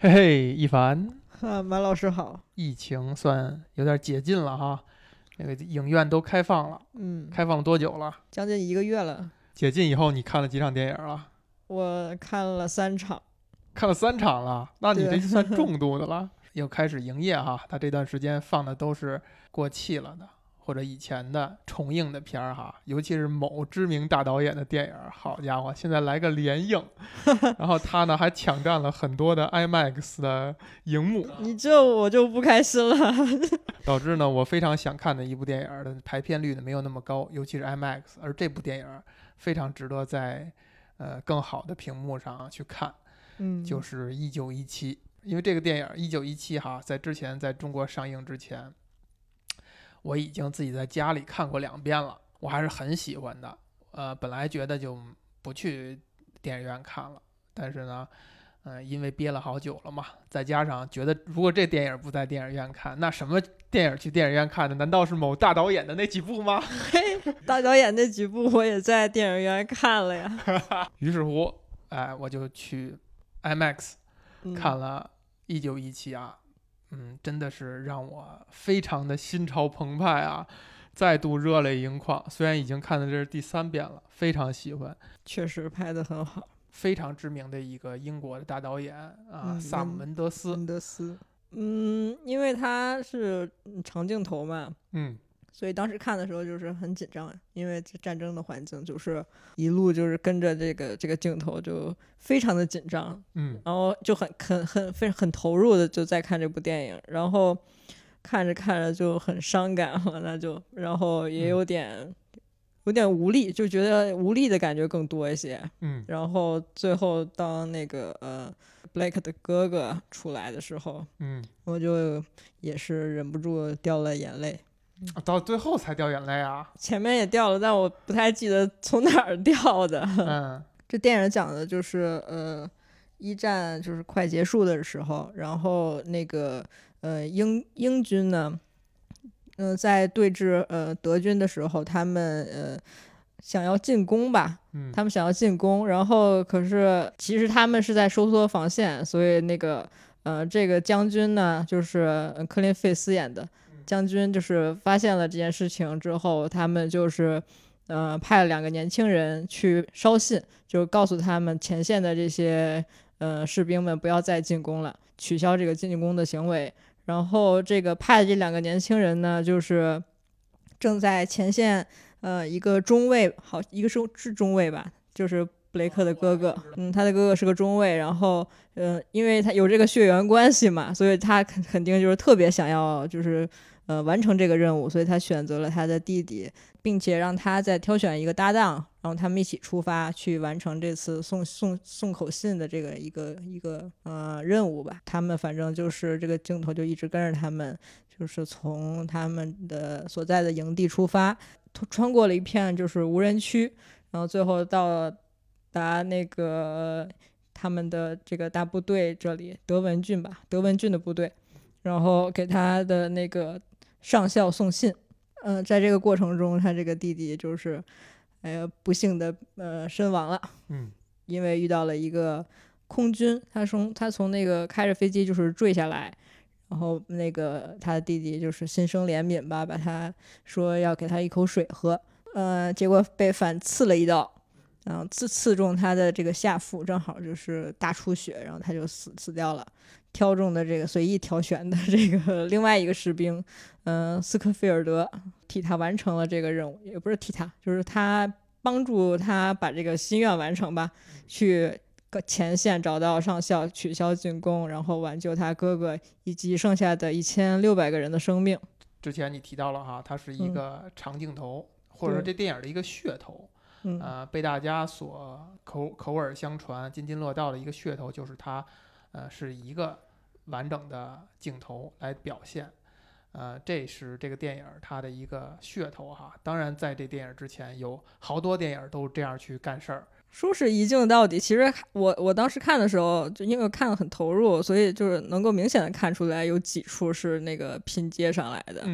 嘿嘿，一凡， 马老师好。 疫情算有点解禁了哈，那个影院都开放了，开放多久了？ 将近1个月了。 解禁以后，你看了几场电影了？ 我看了3场。 看了3场了，那你这对算重度的了。又开始营业哈，他这段时间放的都是过气了的，或者以前的重映的片儿哈，尤其是某知名大导演的电影，好家伙，现在来个连映，然后他呢还抢占了很多的 IMAX 的荧幕， 你这我就不开心了。 导致呢我非常想看的一部电影的排片率呢没有那么高，尤其是 IMAX， 而这部电影非常值得在更好的屏幕上去看，就是1917。因为这个电影1917哈，在之前在中国上映之前，我已经自己在家里看过2遍了，我还是很喜欢的。本来觉得就不去电影院看了，但是呢，因为憋了好久了嘛，再加上觉得如果这电影不在电影院看，那什么电影去电影院看的？难道是某大导演的那几部吗？ 大导演那几部我也在电影院看了呀。 于是乎，我就去 IMAX 看了1917啊。真的是让我非常的心潮澎湃啊，再度热泪盈眶。虽然已经看的这是第3遍了，非常喜欢， 确实拍得很好。 非常知名的一个英国的大导演啊，萨姆·门德斯。 因为他是长镜头嘛，所以当时看的时候就是很紧张，因为战争的环境，就是一路就是跟着这个镜头就非常的紧张，然后就很投入的就在看这部电影，然后看着看着就很伤感了，然后也有点无力，就觉得无力的感觉更多一些。然后最后当那个Blake 的哥哥出来的时候，我就也是忍不住掉了眼泪。 到最后才掉眼泪啊？ 前面也掉了，但我不太记得从哪儿掉的。这电影讲的就是一战就是快结束的时候，然后那个英军呢，在对峙德军的时候，他们想要进攻吧，他们想要进攻，然后可是其实他们是在收缩防线，所以那个这个将军呢，就是科林费斯演的将军，就是发现了这件事情之后，他们就是派了2个年轻人去捎信，就告诉他们前线的这些士兵们不要再进攻了，取消这个进攻的行为。然后这个派的这2个年轻人呢，就是正在前线一个中尉，一个是中尉吧，就是布雷克的哥哥，他的哥哥是个中尉，然后因为他有这个血缘关系嘛，所以他肯定就是特别想要就是完成这个任务，所以他选择了他的弟弟，并且让他再挑选一个搭档，然后他们一起出发去完成这次送口信的这个一个任务吧。他们反正就是这个镜头就一直跟着他们，就是从他们的所在的营地出发，穿过了一片就是无人区，然后最后到达那个他们的这个大部队这里，德文郡的部队，然后给他的那个上校送信。在这个过程中，他这个弟弟就是不幸的身亡了。因为遇到了一个空军，他从那个开着飞机就是坠下来，然后那个他的弟弟就是心生怜悯吧，把他说要给他一口水喝，结果被反刺了一刀，然后刺中他的这个下腹，正好就是大出血，然后他就死掉了。挑中的这个随意挑选的这个另外一个士兵，斯科菲尔德替他完成了这个任务，也不是替他，就是他帮助他把这个心愿完成吧，去前线找到上校，取消进攻，然后挽救他哥哥以及剩下的1600个人的生命。 之前你提到了哈，它是一个长镜头，或者说这电影的一个噱头。被大家所口耳相传、津津乐道的一个噱头，就是它是一个完整的镜头来表现。这是这个电影它的一个噱头哈。当然，在这电影之前，有好多电影都这样去干事儿。 说是一镜到底，其实我当时看的时候，就因为我看得很投入，所以就是能够明显的看出来有几处是那个拼接上来的。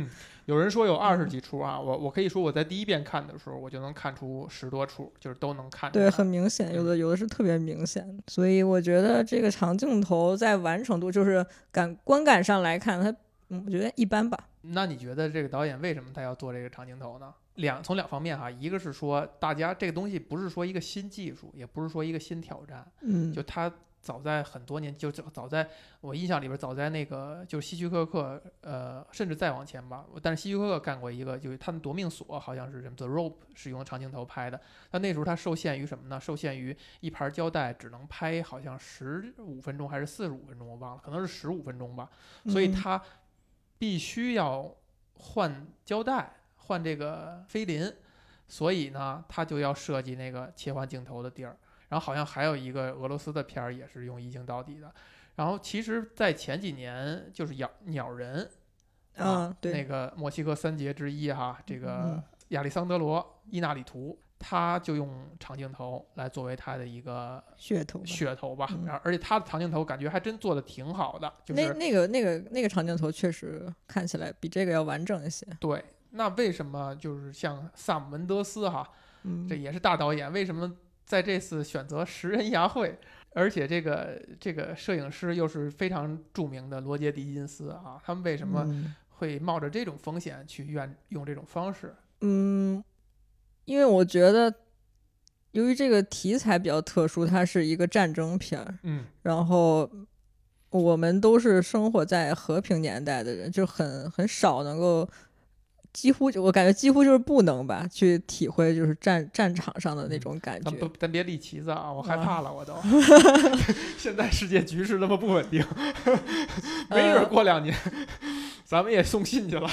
有人说有20几处啊，我可以说我在第一遍看的时候，我就能看出10多处，就是都能看出来。 对，很明显，有的是特别明显，所以我觉得这个长镜头在完成度，就是观感上来看，它我觉得一般吧。 那你觉得这个导演为什么他要做这个长镜头呢？从两方面哈，一个是说大家这个东西不是说一个新技术，也不是说一个新挑战，就他早在很多年，就早在我印象里边，早在那个就是希区柯克，甚至再往前吧。但是希区柯克干过一个，就是他们夺命锁好像是什么 The Rope 是用长镜头拍的。但那时候他受限于什么呢？受限于一盘胶带只能拍好像15分钟还是45分钟，我忘了，可能是15分钟吧。所以他必须要换胶带，换这个菲林，所以呢，他就要设计那个切换镜头的地儿。然后好像还有一个俄罗斯的片儿也是用一镜到底的。然后其实，在前几年就是鸟人对， 那个墨西哥3杰之一哈，这个亚历桑德罗·伊纳里图，他就用长镜头来作为他的一个噱头吧。而且他的长镜头感觉还真做的挺好的，就是那个长镜头确实看起来比这个要完整一些。 对，那为什么就是像萨姆·门德斯哈，这也是大导演，为什么在这次选择10人牙会，而且这个摄影师又是非常著名的罗杰·狄金斯啊，他们为什么会冒着这种风险去用这种方式？ 因为我觉得，由于这个题材比较特殊，它是一个战争片儿，然后我们都是生活在和平年代的人，就很少能够。我感觉几乎就是不能吧，去体会就是战场上的那种感觉。 咱别立旗子啊，我害怕了，我都。现在世界局势那么不稳定，没准过2年，咱们也送信去了。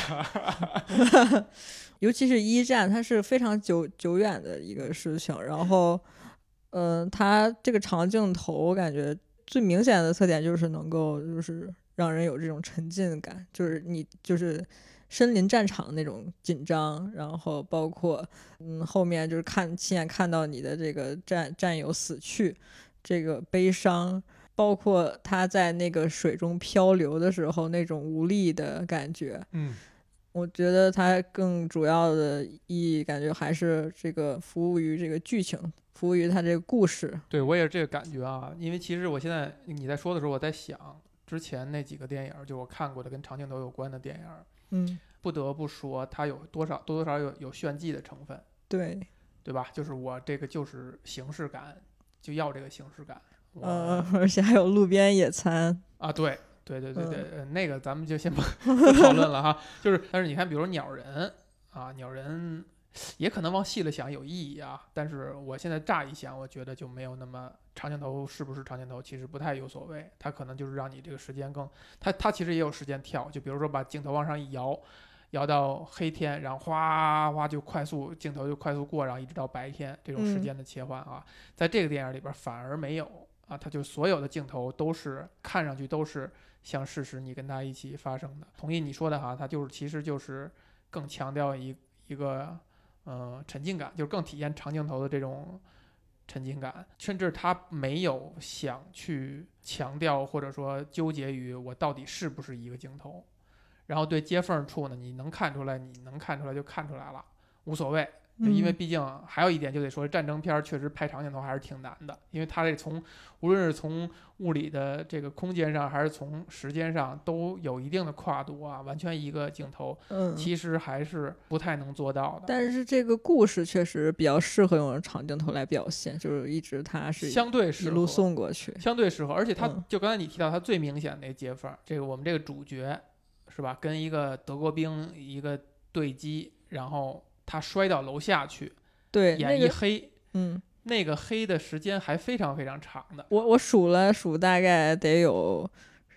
尤其是一战，它是非常久远的一个事情。然后，它这个长镜头，我感觉最明显的特点就是能够就是让人有这种沉浸感，就是你就是身临战场的那种紧张，然后包括后面就是亲眼看到你的这个战友死去，这个悲伤，包括他在那个水中漂流的时候那种无力的感觉。我觉得它更主要的意义感觉还是这个服务于这个剧情，服务于它这个故事。 对，我也是这个感觉啊，因为其实我现在你在说的时候，我在想之前那几个电影，就我看过的跟长镜头有关的电影，不得不说它有多少有炫技的成分，对吧？就是我这个就是形式感，就要这个形式感。 而且还有路边野餐啊，对，那个咱们就先不讨论了哈。但是你看，比如鸟人啊，鸟人也可能往细了想有意义啊，但是我现在乍一想，我觉得就没有那么长镜头是不是长镜头，其实不太有所谓，它可能就是让你这个时间它其实也有时间跳，就比如说把镜头往上一摇到黑天，然后哗哗就镜头就快速过，然后一直到白天这种时间的切换啊，在这个电影里边反而没有啊，它就所有的镜头都是看上去都是像事实你跟他一起发生的。同意你说的哈，它其实就是更强调一个沉浸感，就是更体现长镜头的这种沉浸感，甚至他没有想去强调或者说纠结于我到底是不是一个镜头。然后对接缝处呢，你能看出来就看出来了，无所谓。因为毕竟还有一点就得说，战争片确实拍长镜头还是挺难的，因为它这无论是从物理的这个空间上，还是从时间上都有一定的跨度啊，完全一个镜头，其实还是不太能做到的。 但是这个故事确实比较适合用长镜头来表现，就是一直它是相对适合一路送过去， 相对适合，而且它就刚才你提到它最明显的接缝，这个我们这个主角是吧，跟一个德国兵一个对击，然后他摔到楼下去， 对， 眼一黑，那个黑的时间还非常非常长的。 我数大概得有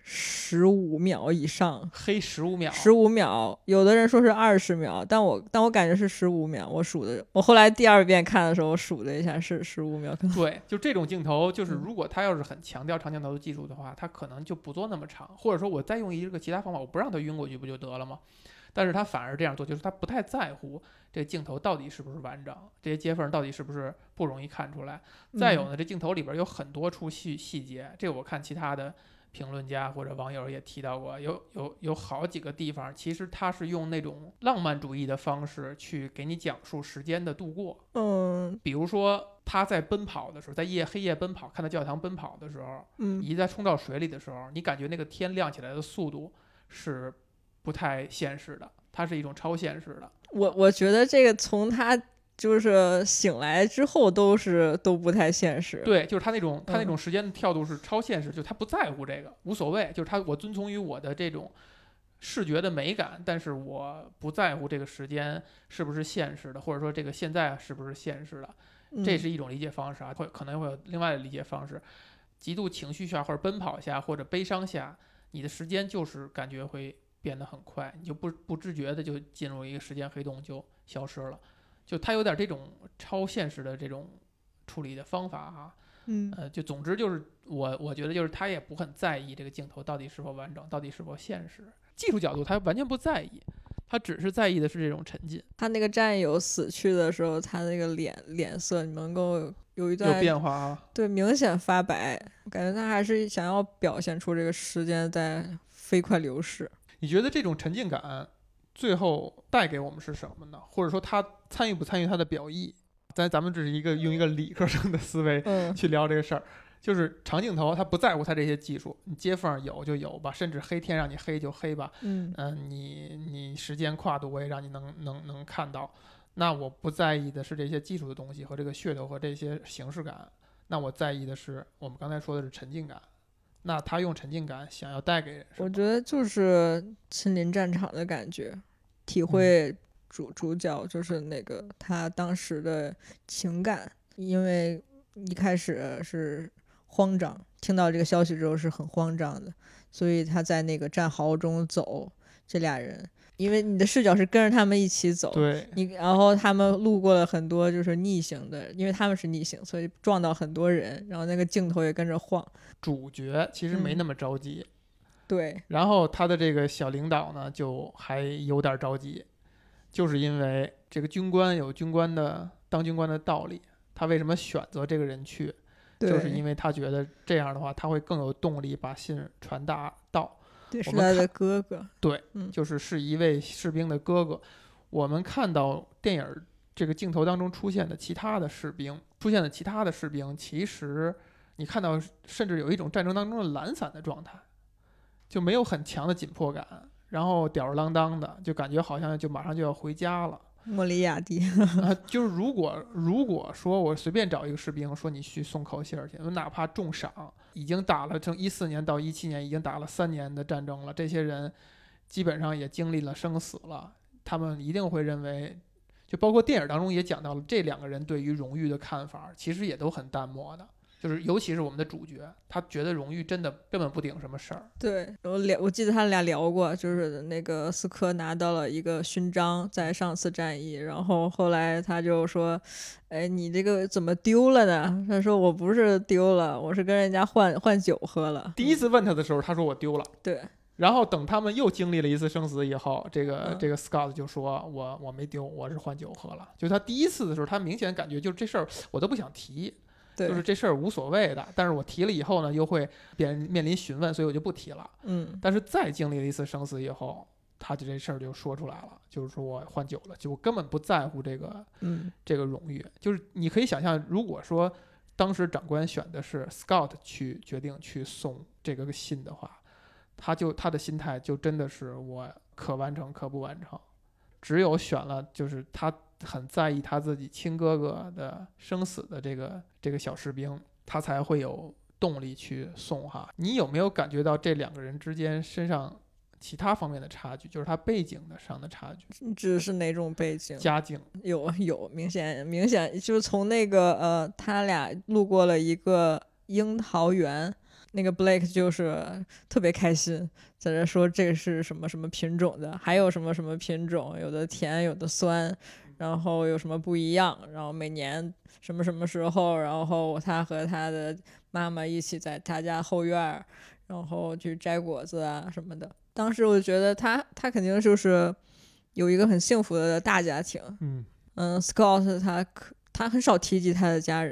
15秒以上， 黑15秒 ，15秒，有的人说是20秒，但我感觉是15秒，我后来第2遍看的时候，我数了一下是15秒。 对，就这种镜头，就是如果他要是很强调长镜头的技术的话，他可能就不做那么长，或者说我再用一个其他方法，我不让他晕过去不就得了吗？但是他反而这样做，就是他不太在乎这个镜头到底是不是完整，这些接缝到底是不是不容易看出来。再有呢，这镜头里边有很多处细节，这个我看其他的评论家或者网友也提到过，有好几个地方，其实他是用那种浪漫主义的方式去给你讲述时间的度过。比如说他在奔跑的时候，在黑夜奔跑，看到教堂奔跑的时候，一在冲到水里的时候，你感觉那个天亮起来的速度是不太现实的，它是一种超现实的。 我觉得这个从他就是醒来之后都不太现实。 对，就是他那种时间的跳度是超现实，就他不在乎这个，无所谓，就是我遵从于我的这种视觉的美感，但是我不在乎这个时间是不是现实的，或者说这个现在是不是现实的，这是一种理解方式啊，可能会有另外的理解方式。极度情绪下或者奔跑下或者悲伤下，你的时间就是感觉会变得很快，你就不自觉的就进入一个时间黑洞就消失了。就它有点这种超现实的这种处理的方法哈，就总之就是我觉得就是他也不很在意这个镜头到底是否完整，到底是否现实，技术角度他完全不在意，他只是在意的是这种沉浸。 他那个战友死去的时候，他那个脸色你能够有一段有变化啊， 对，明显发白，感觉他还是想要表现出这个时间在飞快流逝。 你觉得这种沉浸感最后带给我们是什么呢？或者说他参与不参与他的表意？咱们只是用一个理科生的思维去聊这个事儿，就是长镜头他不在乎他这些技术，你接缝有就有吧，甚至黑天让你黑就黑吧，你时间跨度我也让你能看到，那我不在意的是这些技术的东西和这个噱头和这些形式感，那我在意的是我们刚才说的是沉浸感。那他用沉浸感想要带给人什么？ 我觉得就是亲临战场的感觉，体会主角就是那个他当时的情感，因为一开始是慌张，听到这个消息之后是很慌张的，所以他在那个战壕中走，这俩人因为你的视角是跟着他们一起走， 对， 然后他们路过了很多就是逆行的，因为他们是逆行，所以撞到很多人，然后那个镜头也跟着晃。 主角其实没那么着急， 对， 然后他的这个小领导呢就还有点着急，就是因为这个军官有当军官的道理，他为什么选择这个人去，就是因为他觉得这样的话他会更有动力把信传达到。 对，是他的哥哥。 对，是一位士兵的哥哥。我们看到电影这个镜头当中出现的其他的士兵，其实你看到甚至有一种战争当中的懒散的状态，就没有很强的紧迫感，然后吊儿郎当的，就感觉好像就马上就要回家了。 莫里亚蒂就是如果说我随便找一个士兵说你去送口信去，哪怕重赏，已经打了从14年到17年已经打了3年的战争了，这些人基本上也经历了生死了，他们一定会认为，就包括电影当中也讲到了这两个人对于荣誉的看法，其实也都很淡漠的。就是尤其是我们的主角，他觉得荣誉真的根本不顶什么事儿。 对，我记得他俩聊过，就是那个斯科拿到了一个勋章在上次战役，然后后来他就说，哎，你这个怎么丢了呢？他说我不是丢了，我是跟人家换酒喝了。 第一次问他的时候他说我丢了， 对， 然后等他们又经历了一次生死以后，这个 Scott 就说我没丢，我是换酒喝了。就他第一次的时候他明显感觉就这事儿我都不想提，就是这事儿无所谓的，但是我提了以后呢，又会别人面临询问，所以我就不提了。但是再经历了一次生死以后，他就这事儿就说出来了，就是说我换酒了，就我根本不在乎这个，这个荣誉。就是你可以想象，如果说当时长官选的是 Scott 去决定去送这个信的话，他的心态就真的是我可完成可不完成，只有选了就是他很在意他自己亲哥哥的生死的这个小士兵，他才会有动力去送哈。你有没有感觉到这两个人之间身上其他方面的差距，就是他背景上的差距？ 指是哪种背景？ 家境有明显，就是从那个他俩路过了一个樱桃园，那个 Blake 就是特别开心，在这说这是什么什么品种的，还有什么什么品种，有的甜有的酸，然后有什么不一样，然后每年什么什么时候，然后他和他的妈妈一起在他家后院，然后去摘果子啊什么的。当时我觉得他肯定就是有一个很幸福的大家庭。Scott 他很少提及他的家人，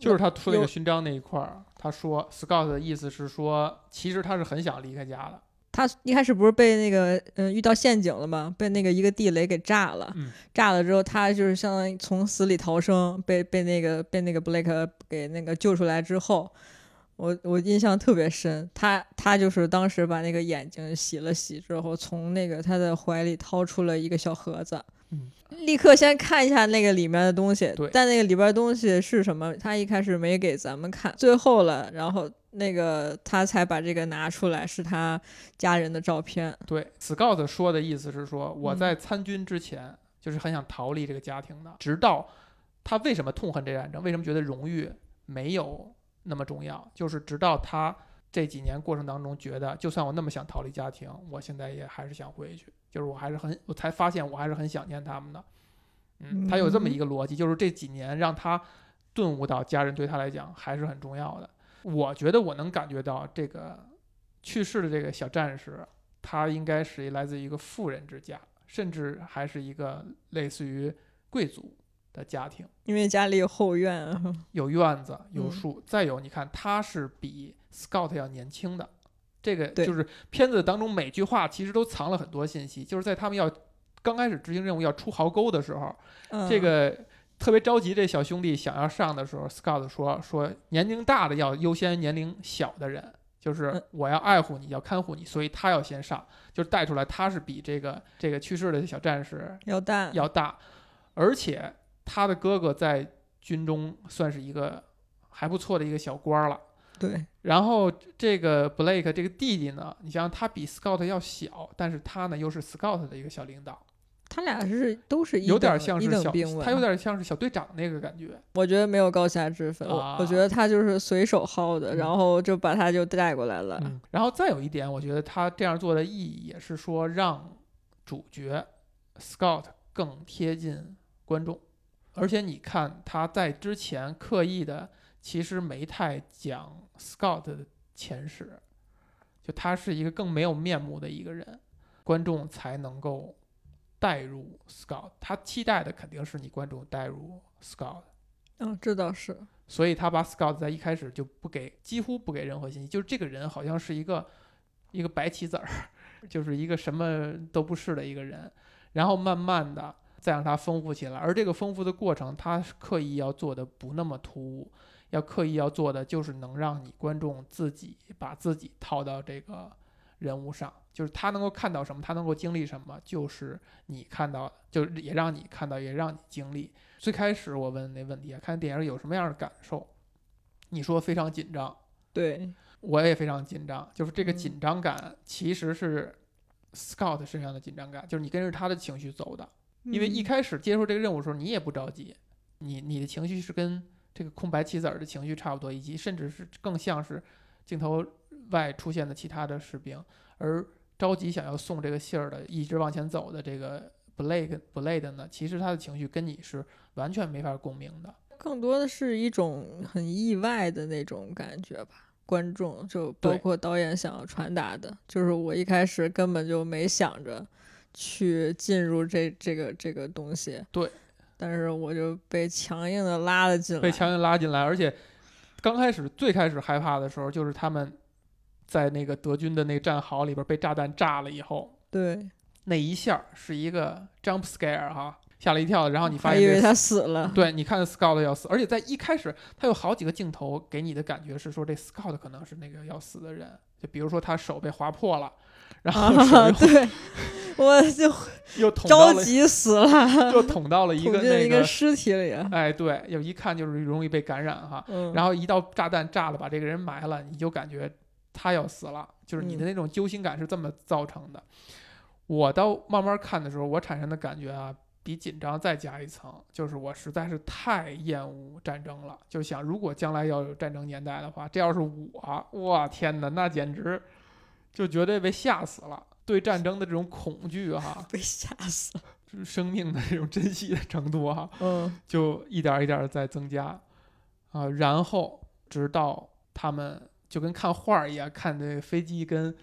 就是他说那个勋章那一块儿，他说 Scott 的意思是说，其实他是很想离开家的。 他一开始不是被那个遇到陷阱了吗？被那个一个地雷给炸了，炸了之后他就是相当于从死里逃生，被那个 Blake 给那个救出来之后，我印象特别深。他就是当时把那个眼睛洗了洗之后，从那个他的怀里掏出了一个小盒子，立刻先看一下那个里面的东西，但那个里边的东西是什么，他一开始没给咱们看，最后了，然后那个他才把这个拿出来，是他家人的照片。 对 Scott 说的意思是说，我在参军之前就是很想逃离这个家庭的，直到他为什么痛恨这战争，为什么觉得荣誉没有那么重要，就是直到他这几年过程当中觉得，就算我那么想逃离家庭，我现在也还是想回去，就是我才发现我还是很想念他们的。他有这么一个逻辑，就是这几年让他顿悟到家人对他来讲还是很重要的。我觉得我能感觉到这个去世的这个小战士，他应该是来自于一个富人之家，甚至还是一个类似于贵族的家庭， 因为家里有后院， 有院子，有树。再有，你看他是比 Scott 要年轻的，这个就是片子当中每句话其实都藏了很多信息。就是在他们要刚开始执行任务要出壕沟的时候，这个特别着急，这小兄弟想要上的时候 Scott 说年龄大的要优先年龄小的人，就是我要爱护你，要看护你，所以他要先上，就是带出来他是比这个去世的小战士要大，而且他的哥哥在军中算是一个还不错的一个小官了。 对， 然后这个 Blake 这个弟弟呢，你想他比 Scott 要小，但是他呢又是 Scott 的一个小领导， 他俩都是有点像是他有点像是小队长那个感觉。 我觉得没有高下之分，我觉得他就是随手薅的，然后就把他就带过来了。 然后再有一点，我觉得他这样做的意义也是说让主角 Scott 更贴近观众，而且你看他在之前刻意的其实没太讲 Scott 的前世，就他是一个更没有面目的一个人，观众才能够带入 Scott， 他期待的肯定是你观众带入 Scott。 这倒是。 所以他把 Scott 在一开始就几乎不给任何信息，就是这个人好像是一个白棋子儿，就是一个什么都不是的一个人，然后慢慢的再让他丰富起来。而这个丰富的过程，他刻意要做的不那么突兀，刻意要做的就是能让你观众把自己套到这个人物上，就是他能够看到什么，他能够经历什么，就是你看到的，就是也让你看到，也让你经历。最开始我问那问题看电影有什么样的感受，你说非常紧张， 对， 我也非常紧张。就是这个紧张感其实是 Scott 身上的紧张感，就是你跟着他的情绪走的。因为一开始接受这个任务的时候，你也不着急，你的情绪是跟这个空白棋子儿的情绪差不多，以及甚至是更像是镜头外出现的其他的士兵，而着急想要送这个信儿的，一直往前走的这个 Blake 呢，其实他的情绪跟你是完全没法共鸣的， 更多的是一种很意外的那种感觉吧。观众就包括导演想要传达的，就是我一开始根本就没想着去进入这个东西， 对， 但是我就被强硬的拉了进来， 而且最开始害怕的时候，就是他们在那个德军的那个战壕里边被炸弹炸了以后， 对， 那一下是一个 jump scare 哈，吓了一跳，然后你发现还以为他死了， 对，你看 Scott 要死，而且在一开始他有好几个镜头给你的感觉是说这 Scott 可能是那个要死的人，就比如说他手被划破了，然后对，我就又捅着急死了， 又捅到了一个尸体里， 哎，对，又一看就是容易被感染哈，然后一到炸弹炸了，把这个人埋了，你就感觉他要死了，就是你的那种揪心感是这么造成的。我到慢慢看的时候，我产生的感觉啊，比紧张再加一层，就是我实在是太厌恶战争了，就想如果将来要有战争年代的话，这要是哇天哪，那简直就绝对被吓死了，对战争的这种恐惧哈， 被吓死了， 就是生命的这种珍惜的程度哈，就一点一点在增加啊，然后直到他们就跟看画一样，看这个飞机跟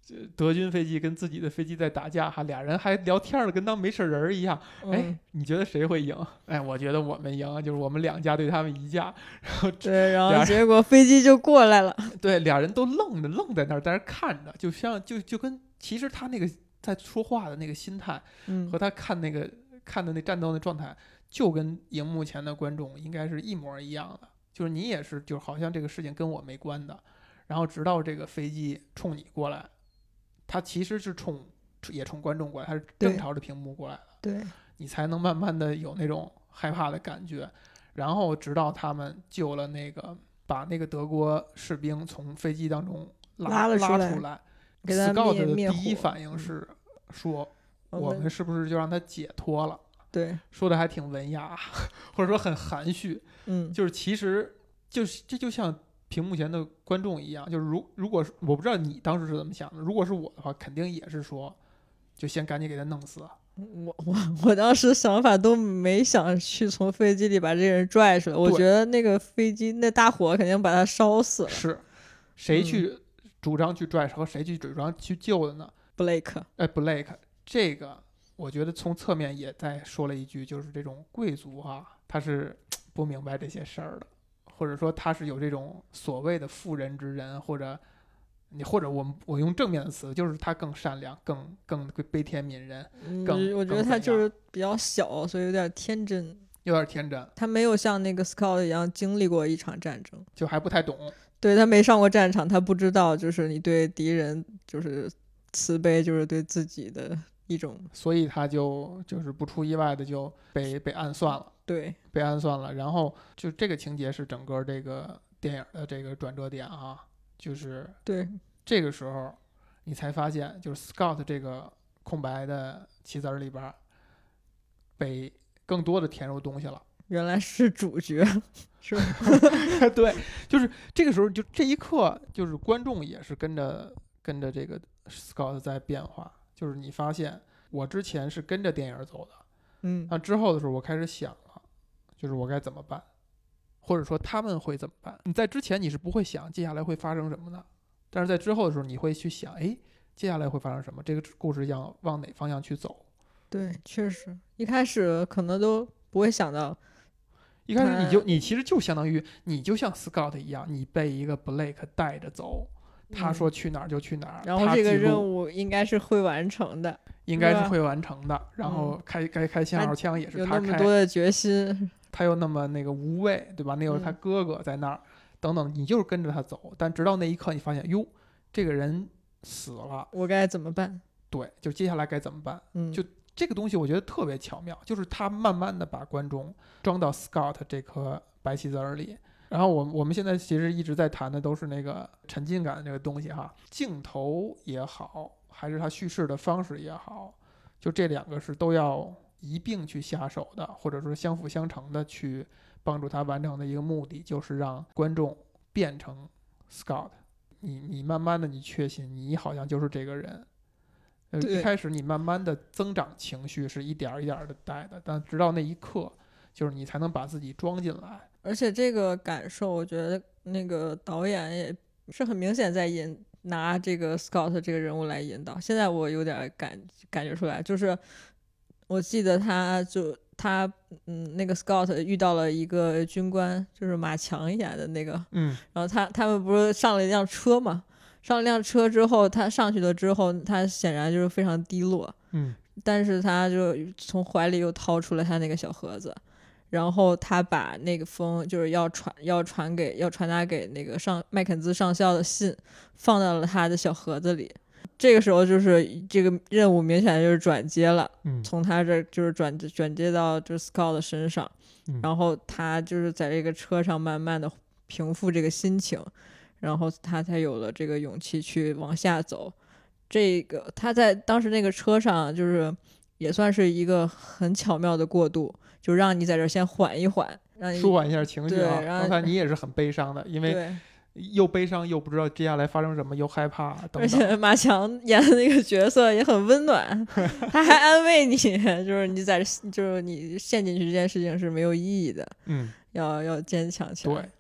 德军飞机跟自己的飞机在打架，俩人还聊天了，跟当没事人一样。你觉得谁会赢？我觉得我们赢，就是我们2架对他们1架。 然后结果飞机就过来了。 对，俩人都愣在那儿，在那看着，就跟其实他那个在说话的那个心态，和他看的那战斗的状态，就跟荧幕前的观众应该是一模一样的。就是你也是，就好像这个事情跟我没关的。然后直到这个飞机冲你过来。他其实是也冲观众过来，他是正朝着屏幕过来的， 对， 你才能慢慢的有那种害怕的感觉。然后直到他们救了把那个德国士兵从飞机当中拉出来，Scott 的第一反应是说，我们是不是就让他解脱了？ 对， 说的还挺文雅，或者说很含蓄。就是其实这就像屏幕前的观众一样，就是如果我不知道你当时是怎么想的，如果是我的话，肯定也是说，就先赶紧给他弄死。 我当时想法都没想去从飞机里把这个人拽出来，我觉得那个飞机那大火肯定把他烧死了。 是，谁去主张去拽和谁去主张去救的呢？ Blake 这个我觉得从侧面也在说了一句，就是这种贵族他是不明白这些事儿的。或者说他是有这种所谓的妇人之仁，或者我用正面的词，就是他更善良，更悲天悯人。 我觉得他就是比较小，所以有点天真。 他没有像那个 Scott 一样经历过一场战争， 就还不太懂。 对，他没上过战场，他不知道就是你对敌人就是慈悲，就是对自己的一种， 所以他就是不出意外的就被暗算了。 对， 被暗算了。然后就这个情节是整个这个电影的这个转折点就是对这个时候你才发现，就是 Scott 这个空白的棋子里边被更多的填入东西了， 原来是主角，是吧？ 对，就是这个时候，就这一刻，就是观众也是跟着这个 Scott 在变化。就是你发现，我之前是跟着电影走的，之后的时候我开始想了，就是我该怎么办，或者说他们会怎么办。你在之前你是不会想接下来会发生什么的，但是在之后的时候你会去想，接下来会发生什么，这个故事要往哪方向去走。 对，确实一开始可能都不会想到， 一开始你其实就相当于你就像 Scott 一样，你被一个 Blake 带着走，他说去哪儿就去哪儿， 然后这个任务应该是会完成的， 然后开信号枪也是他开， 有那么多的决心， 他又那么那个无畏，对吧？那有他哥哥在那儿，等等，你就是跟着他走，但直到那一刻你发现，哟，这个人死了， 我该怎么办？ 对，就接下来该怎么办？就这个东西我觉得特别巧妙，就是他慢慢的把观众装到 Scott 这颗白棋子里。然后我们现在其实一直在谈的都是那个沉浸感的这个东西镜头也好，还是他叙事的方式也好，就这两个是都要一并去下手的，或者说相辅相成的去帮助他完成的一个目的，就是让观众变成 Scott。你慢慢的你确信你好像就是这个人。一开始你慢慢的增长情绪是一点一点的带的，但直到那一刻，就是你才能把自己装进来。 而且这个感受，我觉得那个导演也是很明显在拿这个 Scott 这个人物来引导。现在我有点感觉出来，就是我记得他那个 Scott 遇到了一个军官，就是马强演的那个，然后他们不是上了一辆车嘛？上了辆车之后，他上去了之后，他显然就是非常低落，但是他就从怀里又掏出了他那个小盒子，然后他把那个封就是要传达给那个麦肯兹上校的信放到了他的小盒子里。这个时候就是这个任务明显就是转接了，从他这就是转接到就是 Scott 的身上，然后他就是在这个车上慢慢的平复这个心情，然后他才有了这个勇气去往下走。这个他在当时那个车上就是也算是一个很巧妙的过渡，就让你在这先缓一缓，让你舒缓一下情绪刚才你也是很悲伤的，因为又悲伤又不知道接下来发生什么，又害怕等等。 而且马强演的那个角色也很温暖，他还安慰你，就是你陷进去这件事情是没有意义的，要坚强起来。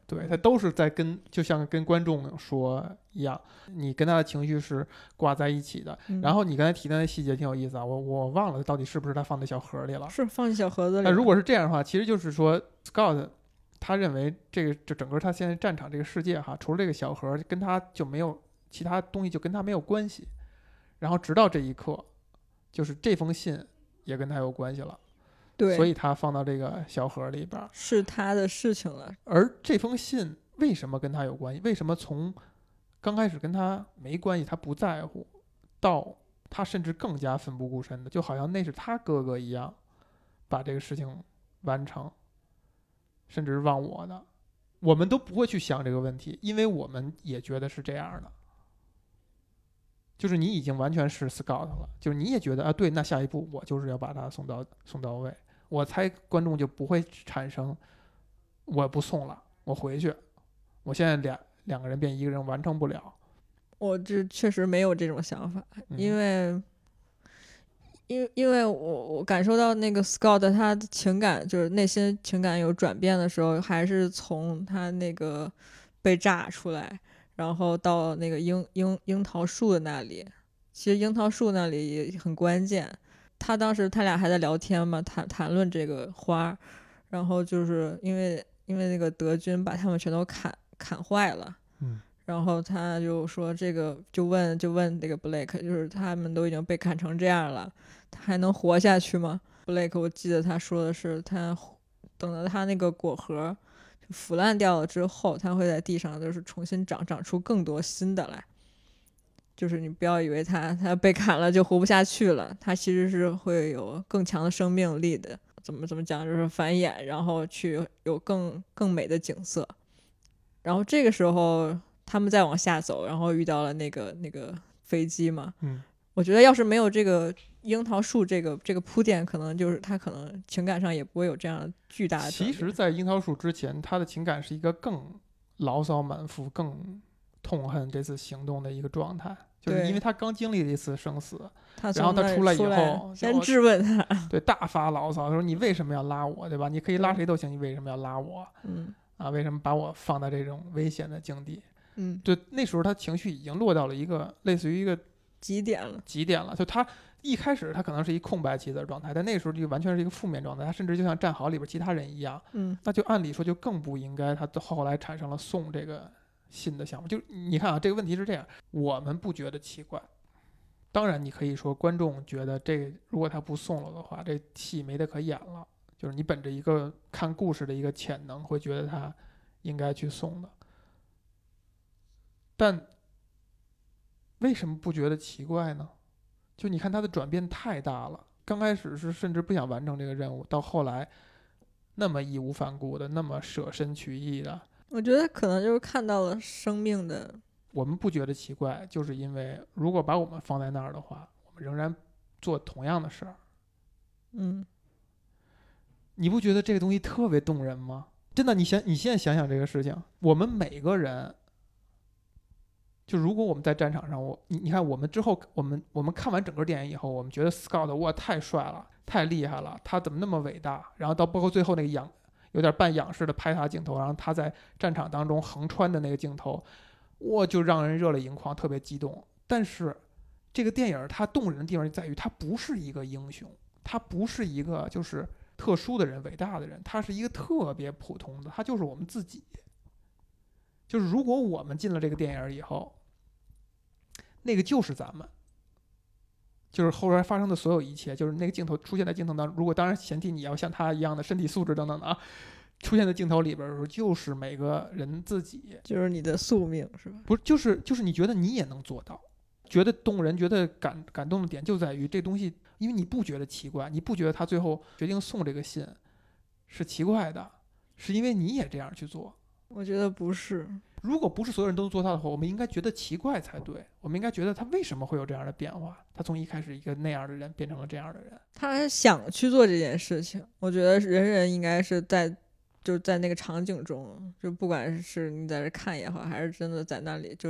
对，他都是在就像跟观众说一样，你跟他的情绪是挂在一起的。然后你刚才提的那细节挺有意思啊，我忘了到底是不是他放在小盒里了， 是放进小盒子里。 那如果是这样的话，其实就是说 Scott 他认为这整个他现在战场这个世界哈，除了这个小盒跟他就没有其他东西，就跟他没有关系。然后直到这一刻，就是这封信也跟他有关系了。 对， 所以他放到这个小盒里边， 是他的事情了。 而这封信为什么跟他有关系？为什么从刚开始跟他没关系，他不在乎，到他甚至更加奋不顾身的，就好像那是他哥哥一样，把这个事情完成，甚至是忘我的，我们都不会去想这个问题，因为我们也觉得是这样的。就是你已经完全是 Scout 了，就是你也觉得啊，对，那下一步我就是要把他送到位。我猜观众就不会产生我不送了，我回去，我现在两个人变一个人完成不了。 我这确实没有这种想法，因为我感受到那个 Scott 他的情感就是内心情感有转变的时候，还是从他那个被炸出来，然后到那个樱桃树的那里。其实樱桃树那里也很关键，他当时他俩还在聊天嘛，谈论这个花，然后就是因为那个德军把他们全都砍坏了，然后他就说这个就问那个 Blake， 就是他们都已经被砍成这样了，他还能活下去吗？ Blake 我记得他说的是，他等到他那个果核就腐烂掉了之后，他会在地上就是重新长出更多新的来。就是你不要以为他被砍了就活不下去了，他其实是会有更强的生命力的。怎么讲，就是繁衍，然后去有更美的景色。然后这个时候他们再往下走，然后遇到了那个飞机嘛。我觉得要是没有这个樱桃树这个铺垫，可能就是他可能情感上也不会有这样巨大的。 其实在樱桃树之前，他的情感是一个更牢骚满腹、更痛恨这次行动的一个状态，就是因为他刚经历了一次生死，然后他出来以后先质问他， 对，大发牢骚，说你为什么要拉我，对吧？你可以拉谁都行，你为什么要拉我？为什么把我放在这种危险的境地？对，那时候他情绪已经落到了一个类似于一个极点了。就他一开始他可能是一空白期的状态，但那时候就完全是一个负面状态，他甚至就像战壕里边其他人一样。那就按理说就更不应该，他后来产生了送这个信的想法。就你看啊，这个问题是这样，我们不觉得奇怪。当然你可以说观众觉得这如果他不送了的话，这戏没得可演了，就是你本着一个看故事的一个潜能会觉得他应该去送的。但为什么不觉得奇怪呢？就你看他的转变太大了，刚开始是甚至不想完成这个任务，到后来那么义无反顾的，那么舍身取义的。 我觉得可能就是看到了生命的。 我们不觉得奇怪，就是因为如果把我们放在那儿的话，我们仍然做同样的事儿。你不觉得这个东西特别动人吗？真的，你现在想想这个事情，我们每个人，就如果我们在战场上，你看我们之后，我们看完整个电影以后，我们觉得 Scott 哇太帅了，太厉害了，他怎么那么伟大？然后到包括最后那个有点半仰视的拍他镜头，然后他在战场当中横穿的那个镜头，就让人热泪盈眶，特别激动。但是这个电影它动人的地方就在于，它不是一个英雄，它不是一个就是特殊的人、伟大的人，他是一个特别普通的，他就是我们自己。就是如果我们进了这个电影以后，那个就是咱们，就是后来发生的所有一切，就是那个镜头出现在镜头当中，如果当然前提你要像他一样的身体素质等等的啊，出现在镜头里边的时候，就是每个人自己， 就是你的宿命，是吧？ 不是，就是你觉得你也能做到，觉得动人，觉得感动的点就在于这东西，因为你不觉得奇怪，你不觉得他最后决定送这个信是奇怪的，是因为你也这样去做。 我觉得不是， 如果不是所有人都做到的话，我们应该觉得奇怪才对。我们应该觉得他为什么会有这样的变化？他从一开始一个那样的人变成了这样的人， 他想去做这件事情。我觉得人人应该是就在那个场景中，就不管是你在这看也好，还是真的在那里就是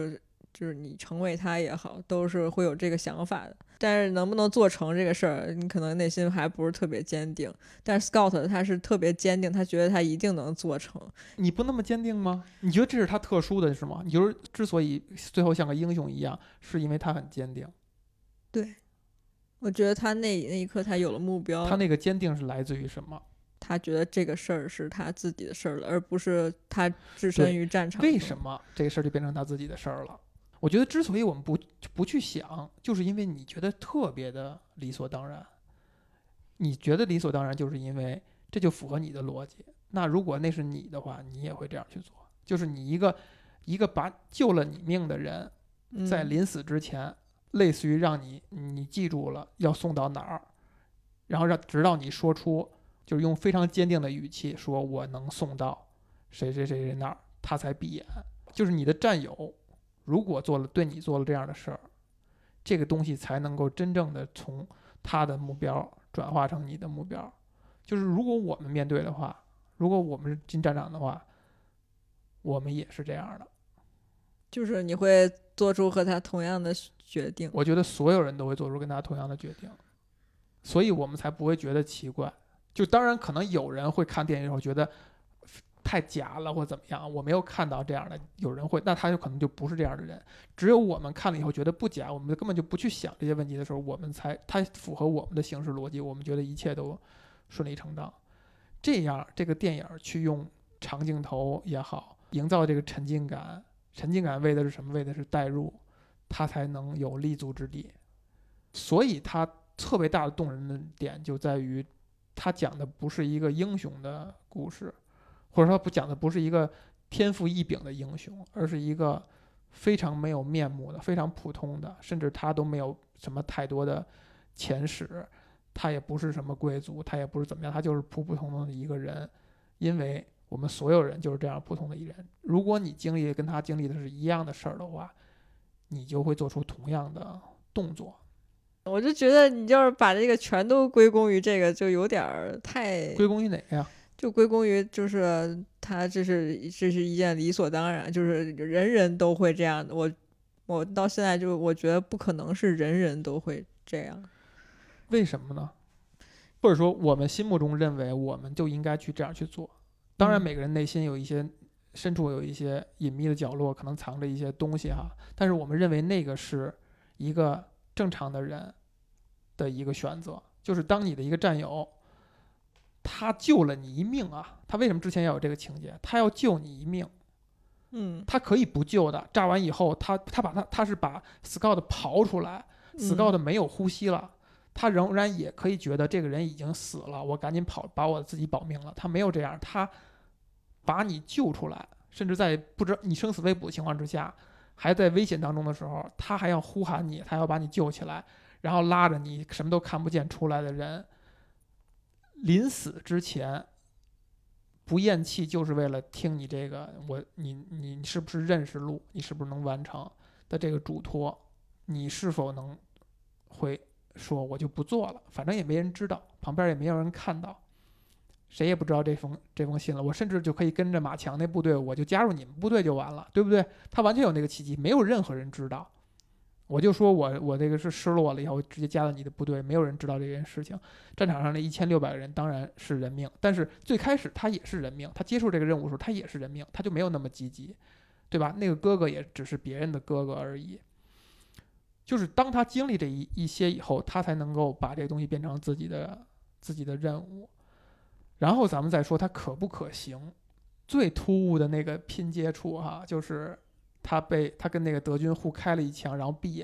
就是你成为他也好，都是会有这个想法的。但是能不能做成这个事儿，你可能内心还不是特别坚定。但是 Scott 他是特别坚定，他觉得他一定能做成。 你不那么坚定吗？你觉得这是他特殊的是吗？你就是之所以最后像个英雄一样，是因为他很坚定。 对，我觉得他那一刻他有了目标。 他那个坚定是来自于什么？ 他觉得这个事儿是他自己的事儿了，而不是他置身于战场。 为什么这个事儿就变成他自己的事儿了？我觉得之所以我们不去想，就是因为你觉得特别的理所当然。你觉得理所当然，就是因为这就符合你的逻辑。那如果那是你的话，你也会这样去做。就是你一个把救了你命的人，在临死之前，类似于让你记住了要送到哪儿，然后直到你说出，就是用非常坚定的语气说我能送到谁谁谁谁那儿，他才闭眼。就是你的战友如果对你做了这样的事儿，这个东西才能够真正的从他的目标转化成你的目标。就是如果我们面对的话，如果我们是进战场的话，我们也是这样的。 就是你会做出和他同样的决定。 我觉得所有人都会做出跟他同样的决定，所以我们才不会觉得奇怪。就当然可能有人会看电影以后觉得太假了或怎么样，我没有看到这样的，有人会，那他就可能就不是这样的人。只有我们看了以后觉得不假，我们根本就不去想这些问题的时候，他符合我们的行事逻辑，我们觉得一切都顺理成章。这样这个电影去用长镜头也好，营造这个沉浸感，沉浸感为的是什么？为的是代入，它才能有立足之地。所以它特别大的动人的点就在于，它讲的不是一个英雄的故事，或者说讲的不是一个天赋异禀的英雄，而是一个非常没有面目的、非常普通的，甚至他都没有什么太多的前史，他也不是什么贵族，他也不是怎么样，他就是普普通通的一个人。因为我们所有人就是这样普通的一人，如果你经历跟他经历的是一样的事儿的话，你就会做出同样的动作。 我就觉得你就是把这个全都归功于这个，就有点太归功于哪个呀？ 就归功于就是他这是一件理所当然，就是人人都会这样的。我到现在就我觉得不可能是人人都会这样。 为什么呢？或者说我们心目中认为我们就应该去这样去做。当然每个人内心有一些深处有一些隐秘的角落，可能藏着一些东西哈，但是我们认为那个是一个正常的人的一个选择。就是当你的一个战友他救了你一命啊，他为什么之前要有这个情节？他要救你一命。他可以不救的。炸完以后他是把 Scott 刨出来，Scott 没有呼吸了，他仍然也可以觉得这个人已经死了，我赶紧把我自己保命了。他没有这样，他把你救出来，甚至在不知道你生死未卜的情况之下，还在危险当中的时候，他还要呼喊你，他要把你救起来，然后拉着你什么都看不见出来的人，临死之前不咽气，就是为了听你这个你是不是认识路，你是不是能完成的这个嘱托，你是否能会说我就不做了，反正也没人知道，旁边也没有人看到，谁也不知道这封信了，我甚至就可以跟着马强那部队，我就加入你们部队就完了，对不对？他完全有那个契机，没有任何人知道。我就说我这个是失落了以后直接加了你的部队，没有人知道这件事情。战场上的1600个人当然是人命，但是最开始他也是人命，他接受这个任务的时候他也是人命，他就没有那么积极，对吧？那个哥哥也只是别人的哥哥而已。就是当他经历这一些以后，他才能够把这个东西变成自己的任务。然后咱们再说他可不可行。最突兀的那个拼接处哈，就是他跟那个德军互开了一枪，然后闭眼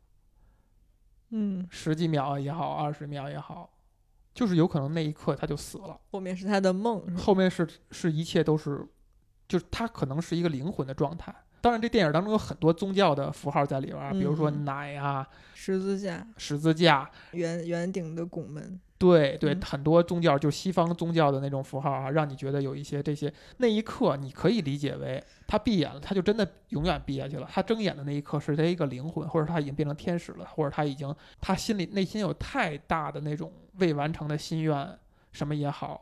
，10几秒也好，20秒也好，就是有可能那一刻他就死了。 后面是他的梦， 后面是一切都是，就是他可能是一个灵魂的状态。当然这电影当中有很多宗教的符号在里边，比如说奶啊， 十字架，圆顶的拱门。 对，很多宗教就西方宗教的那种符号啊，让你觉得有一些这些。那一刻你可以理解为他闭眼了，他就真的永远闭下去了。他睁眼的那一刻是他一个灵魂，或者他已经变成天使了，或者他内心有太大的那种未完成的心愿，什么也好，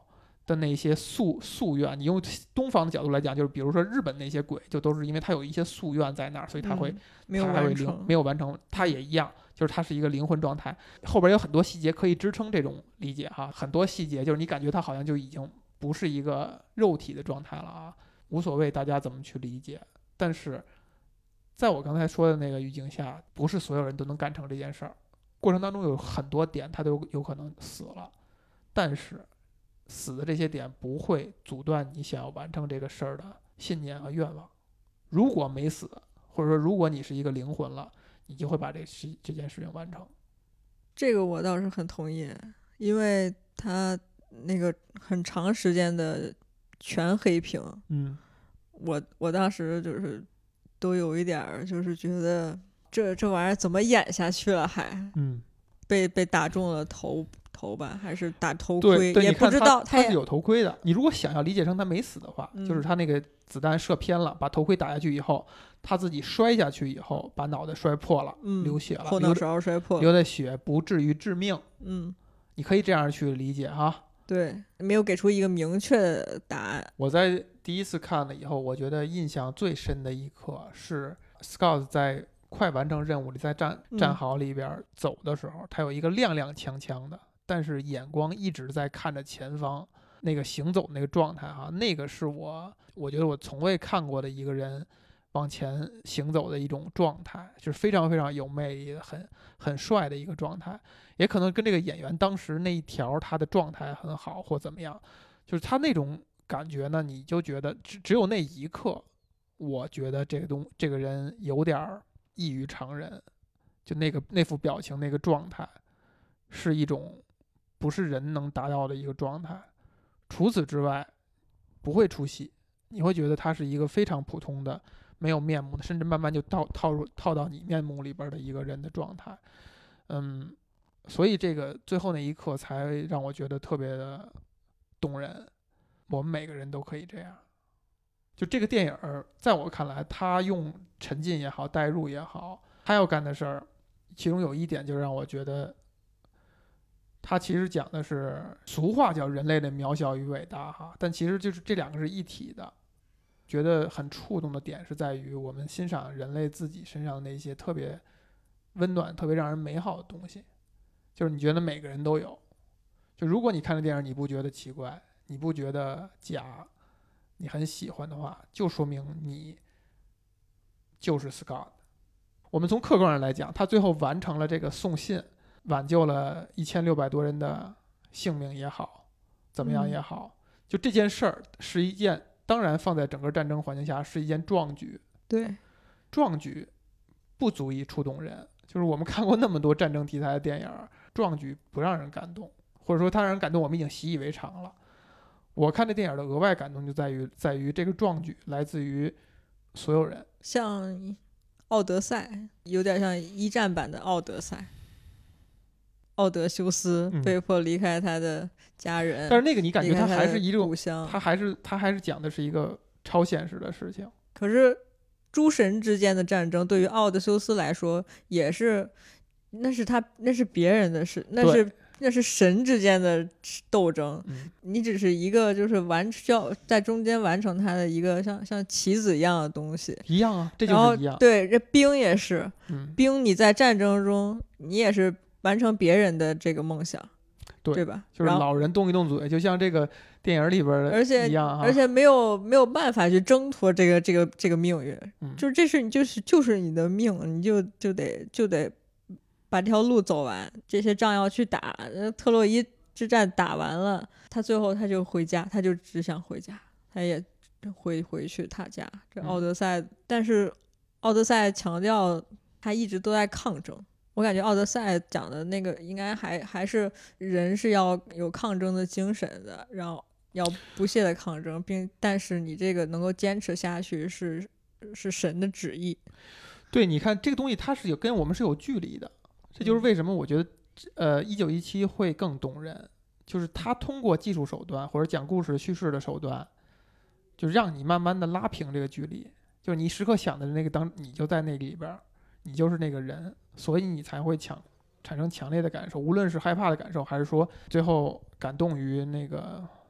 的那些夙愿，你用东方的角度来讲，就是比如说日本那些鬼，就都是因为他有一些夙愿在那儿，所以他会没有完成，他也一样，就是他是一个灵魂状态。后边有很多细节可以支撑这种理解哈，很多细节就是你感觉他好像就已经不是一个肉体的状态了啊，无所谓大家怎么去理解，但是在我刚才说的那个语境下，不是所有人都能干成这件事儿，过程当中有很多点他都有可能死了，但是死的这些点不会阻断你想要完成这个事儿的信念和愿望。如果没死，或者说如果你是一个灵魂了，你就会把这件事情完成。 这个我倒是很同意，因为他那个很长时间的全黑屏，我当时就是都有一点就是觉得这玩意儿怎么演下去了还，被打中了头吧，还是打头盔，也不知道。 他是有头盔的。你如果想要理解成他没死的话，就是他那个子弹射偏了，把头盔打下去以后，他自己摔下去以后，把脑袋摔破了，流血了， 后脑勺摔破了， 流的血不至于致命。你可以这样去理解哈。 对，没有给出一个明确的答案。 我在第一次看了以后，我觉得印象最深的一刻是 Scott 在快完成任务里，在战壕里边走的时候，他有一个踉踉跄跄的，但是眼光一直在看着前方，那个行走那个状态哈，那个是我觉得我从未看过的一个人往前行走的一种状态，就是非常非常有魅力的，很帅的一个状态。也可能跟这个演员当时那一条他的状态很好或怎么样，就是他那种感觉呢，你就觉得只有那一刻，我觉得这个人有点异于常人，就那副表情那个状态是一种不是人能达到的一个状态。除此之外不会出戏，你会觉得他是一个非常普通的没有面目的，甚至慢慢就套到你面目里边的一个人的状态。所以这个最后那一刻才让我觉得特别的动人。我们每个人都可以这样。就这个电影在我看来，他用沉浸也好，代入也好，他要干的事儿，其中有一点就让我觉得他其实讲的是，俗话叫人类的渺小与伟大哈，但其实就是这两个是一体的。觉得很触动的点是在于我们欣赏人类自己身上那些特别温暖特别让人美好的东西，就是你觉得每个人都有。就如果你看这电影你不觉得奇怪，你不觉得假，你很喜欢的话，就说明你就是 Scott。 我们从客观上来讲，他最后完成了这个送信，挽救了1600多人的性命也好，怎么样也好，就这件事儿是一件，当然放在整个战争环境下是一件壮举。 对， 壮举不足以触动人，就是我们看过那么多战争题材的电影，壮举不让人感动，或者说它让人感动我们已经习以为常了。我看这电影的额外感动就在于这个壮举来自于所有人。 像奥德赛有点像一战版的奥德赛，奥德修斯被迫离开他的家人， 但是那个你感觉他还是一种故乡， 他还是讲的是一个超现实的事情。 可是诸神之间的战争对于奥德修斯来说也是，那是别人的事，那是神之间的斗争，你只是一个就是需要在中间完成他的一个像棋子一样的东西一样啊，这就是一样。 对，这兵也是，兵你在战争中你也是完成别人的这个梦想，对吧？ 就是老人动一动嘴，就像这个电影里边的一样， 而且没有办法去挣脱这个命运，就是这是就是你的命，你就得把这条路走完，这些仗要去打。特洛伊之战打完了，他最后他就回家，他就只想回家，他也回去他家。这奥德赛，但是奥德赛强调他一直都在抗争。我感觉奥德赛讲的那个应该还是人是要有抗争的精神的，然后要不懈的抗争，但是你这个能够坚持下去是神的旨意。 对，你看这个东西它是跟我们是有距离的，这就是为什么我觉得1917会更动人，就是他通过技术手段或者讲故事叙事的手段，就让你慢慢的拉平这个距离，就是你时刻想的那个你就在那里边，你就是那个人，所以你才会产生强烈的感受，无论是害怕的感受，还是说最后感动于那个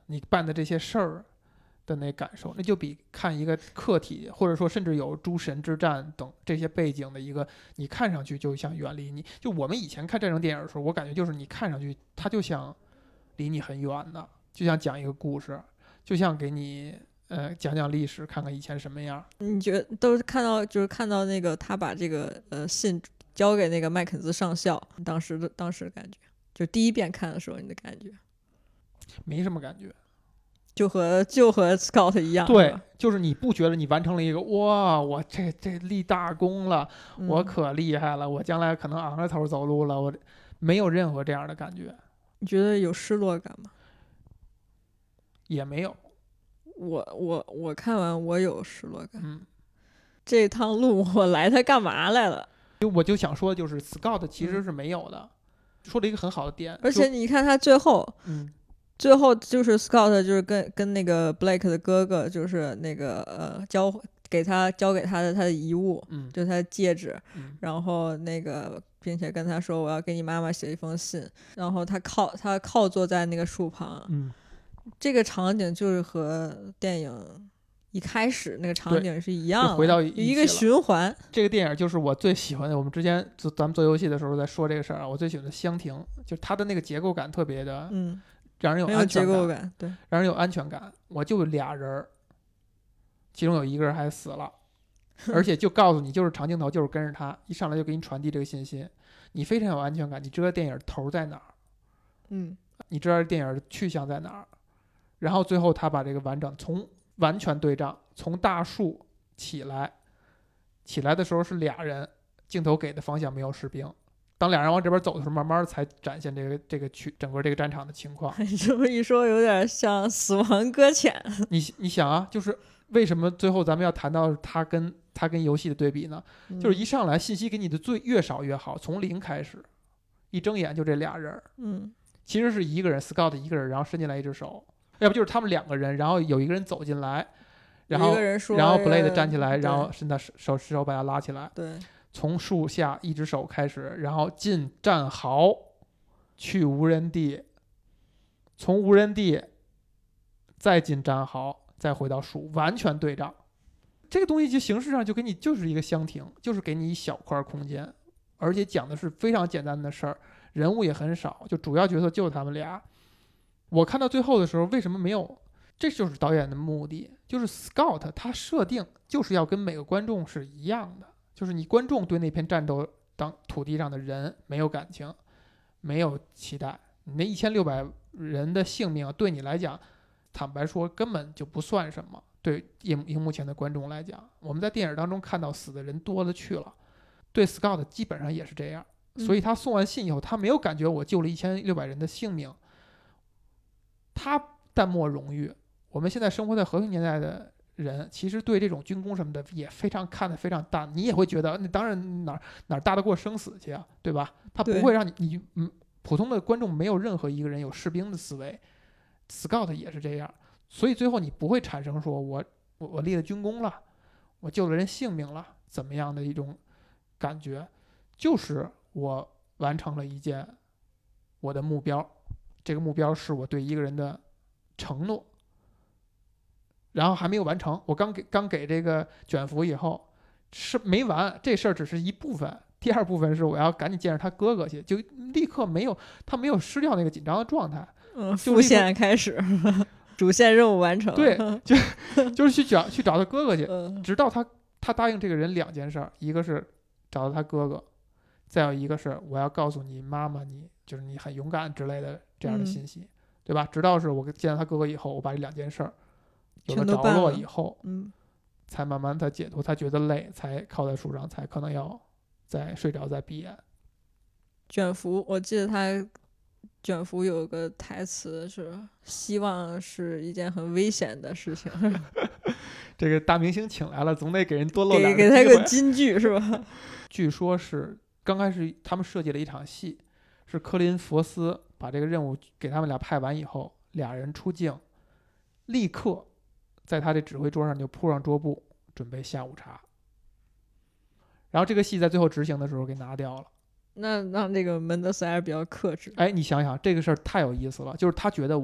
你办的这些事儿的那感受，那就比看一个客体，或者说甚至有诸神之战等这些背景的一个，你看上去就像远离你。就我们以前看战争电影的时候，我感觉就是你看上去它就像离你很远的，就像讲一个故事，就像给你讲讲历史，看看以前什么样。 你觉得都是看到那个他把这个信交给那个麦肯兹上校，当时的感觉，就第一遍看的时候你的感觉？ 没什么感觉。 就和 Scott 一样， 对，就是你不觉得你完成了一个哇，我这立大功了，我可厉害了，我将来可能昂着头走路了，我没有任何这样的感觉。 你觉得有失落感吗？ 也没有。 我看完我有失落感。这趟路我来它干嘛来了？ 我就想说，就是 Scott 其实是没有的，说了一个很好的点。 而且你看他最后就是 Scott 就是跟那个 Blake 的哥哥，就是那个交给他的遗物，就是他的戒指，然后那个并且跟他说我要给你妈妈写一封信，然后他靠坐在那个树旁，这个场景就是和电影一开始那个场景是一样的， 回到一个循环。 这个电影就是我最喜欢的，我们之前咱们做游戏的时候在说这个事儿，我最喜欢的香亭，就是它的那个结构感特别的让人有安全感，对， 让人有安全感。我就俩人，其中有一个人还死了，而且就告诉你，就是长镜头，就是跟着他，一上来就给你传递这个信息，你非常有安全感，你知道电影头在哪儿，你知道电影去向在哪儿，然后最后他把这个完全对仗，从大树起来的时候是俩人，镜头给的方向没有士兵。当俩人往这边走的时候，慢慢才展现整个这个战场的情况。 你这么一说，有点像《死亡搁浅》。 你想啊，就是为什么最后咱们要谈到他跟游戏的对比呢？就是一上来信息给你的越少越好，从零开始，一睁眼就这俩人。其实是一个人 Scott 一个人，然后伸进来一只手，要不就是他们两个人，然后有一个人走进来，然后 Blade 站起来，然后伸他手把他拉起来。 对。 从树下一只手开始，然后进战壕，去无人地，从无人地再进战壕，再回到树，完全对仗。这个东西就形式上就给你就是一个箱庭，就是给你一小块空间，而且讲的是非常简单的事儿，人物也很少，就主要角色就他们俩。我看到最后的时候，为什么没有？这就是导演的目的，就是 Scott 他设定就是要跟每个观众是一样的。就是你观众对那片战斗当土地上的人没有感情，没有期待，你那1600人的性命对你来讲，坦白说根本就不算什么。对荧幕前的观众来讲，我们在电影当中看到死的人多了去了，对 Scott 基本上也是这样。所以他送完信以后，他没有感觉我救了1600人的性命，他淡漠荣誉。我们现在生活在和平年代的人其实对这种军功什么的也看得非常淡，你也会觉得那当然哪大得过生死去啊，对吧？他不会让你普通的观众没有任何一个人有士兵的思维。 Scott 也是这样，所以最后你不会产生说我立了军功了，我救了人性命了怎么样的一种感觉，就是我完成了一件我的目标，这个目标是我对一个人的承诺，然后还没有完成，我刚给这个卷福以后是没完，这事儿只是一部分，第二部分是我要赶紧见着他哥哥去，就立刻他没有失掉那个紧张的状态。 副线开始，主线任务完成。 对，就是去找他哥哥去，直到他答应这个人2件事，一个是找到他哥哥，再有一个是我要告诉你妈妈，你就是你很勇敢之类的这样的信息，对吧？直到是我见到他哥哥以后，我把这2件事有了着落以后，才慢慢他解脱，他觉得累，才靠在树上，才可能要再睡着再闭眼。 卷福，我记得他卷福有个台词是希望是一件很危险的事情。 这个大明星请来了，总得给人多露点， 给他个金句是吧？ 据说是刚开始他们设计了一场戏，是科林佛斯把这个任务给他们俩派完以后，2人出镜，立刻在他的指挥桌上就铺上桌布，准备下午茶。然后这个戏在最后执行的时候给拿掉了。 那让这个门德斯还是比较克制。 哎，你想想这个事儿太有意思了，就是他觉得我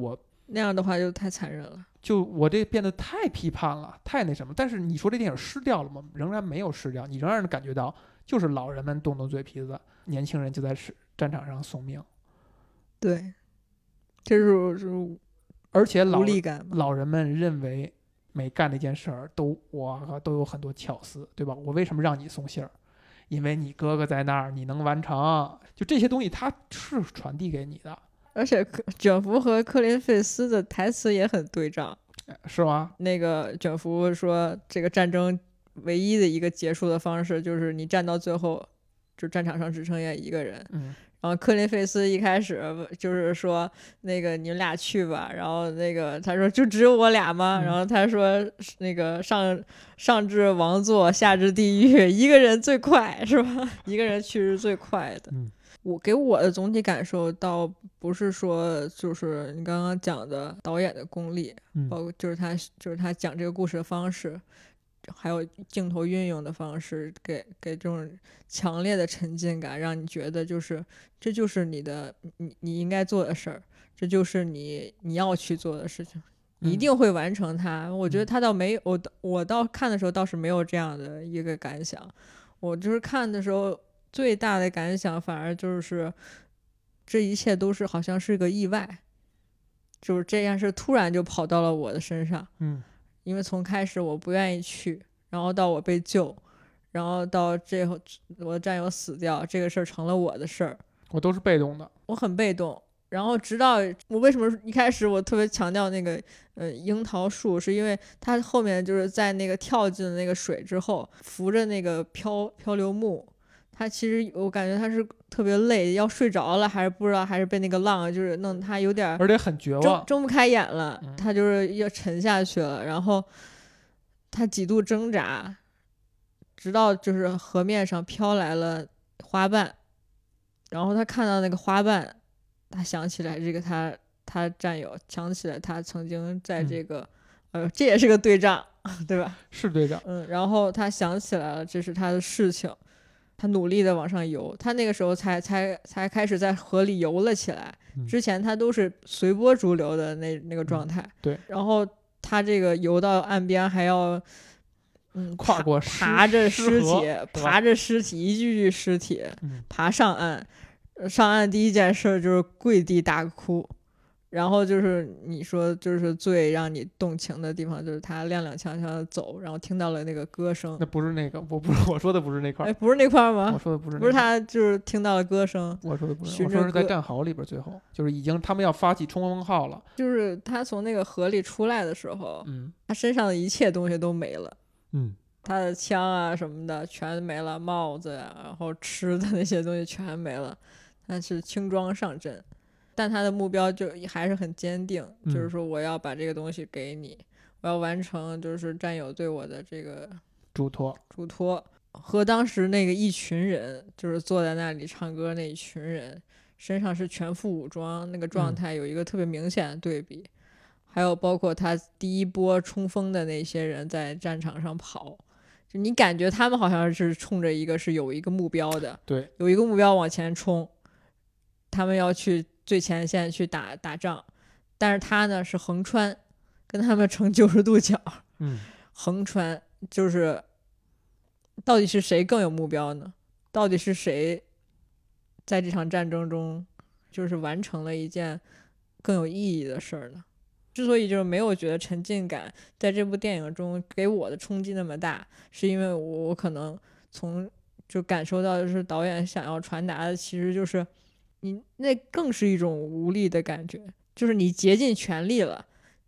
那样的话就太残忍了。 就我这变得太批判了，太那什么。但是你说这电影失掉了吗？仍然没有失掉，你仍然能感觉到，就是老人们动动嘴皮子，年轻人就在战场上送命。 对，这是而且无力感。 老人们认为每干的一件事儿都有很多巧思，对吧？我为什么让你送信儿？因为你哥哥在那儿，你能完成。就这些东西，他是传递给你的。 而且卷福和克林费斯的台词也很对仗， 是吗？ 那个卷福说，这个战争唯一的一个结束的方式就是你战到最后，就战场上只剩下一个人。然后克林费斯一开始就是说，那个你们俩去吧，然后那个他说就只有我俩吗？然后他说那个上至王座，下至地狱，一个人最快，是吧？一个人去是最快的。我给我的总体感受倒不是说就是你刚刚讲的导演的功力，包括就是他讲这个故事的方式，还有镜头运用的方式，给这种强烈的沉浸感，让你觉得就是这就是你应该做的事儿，这就是你要去做的事情，你一定会完成它。我觉得他倒没我倒看的时候倒是没有这样的一个感想，我就是看的时候最大的感想反而就是这一切都是好像是个意外，就是这件事突然就跑到了我的身上。因为从开始我不愿意去，然后到我被救，然后到最后我的战友死掉，这个事儿成了我的事儿。 我都是被动的， 我很被动。然后直到我为什么一开始我特别强调那个樱桃树，是因为它后面就是在那个跳进那个水之后，扶着那个漂流木，他其实我感觉他是特别累，要睡着了，还是不知道，还是被那个浪就是弄他有点， 而且很绝望， 睁不开眼了，他就是要沉下去了。然后他几度挣扎，直到就是河面上飘来了花瓣，然后他看到那个花瓣，他想起来这个他战友，想起来他曾经在这个这也是个对仗，对吧？ 是对仗。 然后他想起来了，这是他的事情。他努力的往上游，他那个时候才开始在河里游了起来。之前他都是随波逐流的那个状态。 对。 然后他这个游到岸边还要， 跨过爬着尸体，一具具尸体，爬上岸。上岸第一件事就是跪地大哭。然后就是你说就是最让你动情的地方，就是他踉踉跄跄的走，然后听到了那个歌声。 那不是那个，我说的不是那块。 不是那块吗？ 我说的不是， 不是他就是听到了歌声。 我说的不是，我说是在战壕里边，最后就是已经他们要发起冲锋号了。 就是他从那个河里出来的时候，他身上的一切东西都没了。他的枪啊什么的全没了，帽子呀，然后吃的那些东西全没了。他是轻装上阵。但他的目标就还是很坚定，就是说我要把这个东西给你，我要完成就是战友对我的这个嘱托。 和当时那个一群人就是坐在那里唱歌那一群人身上是全副武装那个状态有一个特别明显的对比。还有包括他第一波冲锋的那些人在战场上跑，就你感觉他们好像是冲着有一个目标的， 对， 有一个目标往前冲，他们要去最前线去打仗。但是他呢是横穿，跟他们成90度角，横穿，就是到底是谁更有目标呢？到底是谁在这场战争中就是完成了一件更有意义的事儿呢？之所以就是没有觉得沉浸感在这部电影中给我的冲击那么大，是因为我可能就感受到就是导演想要传达的其实就是你那更是一种无力的感觉，就是你竭尽全力了，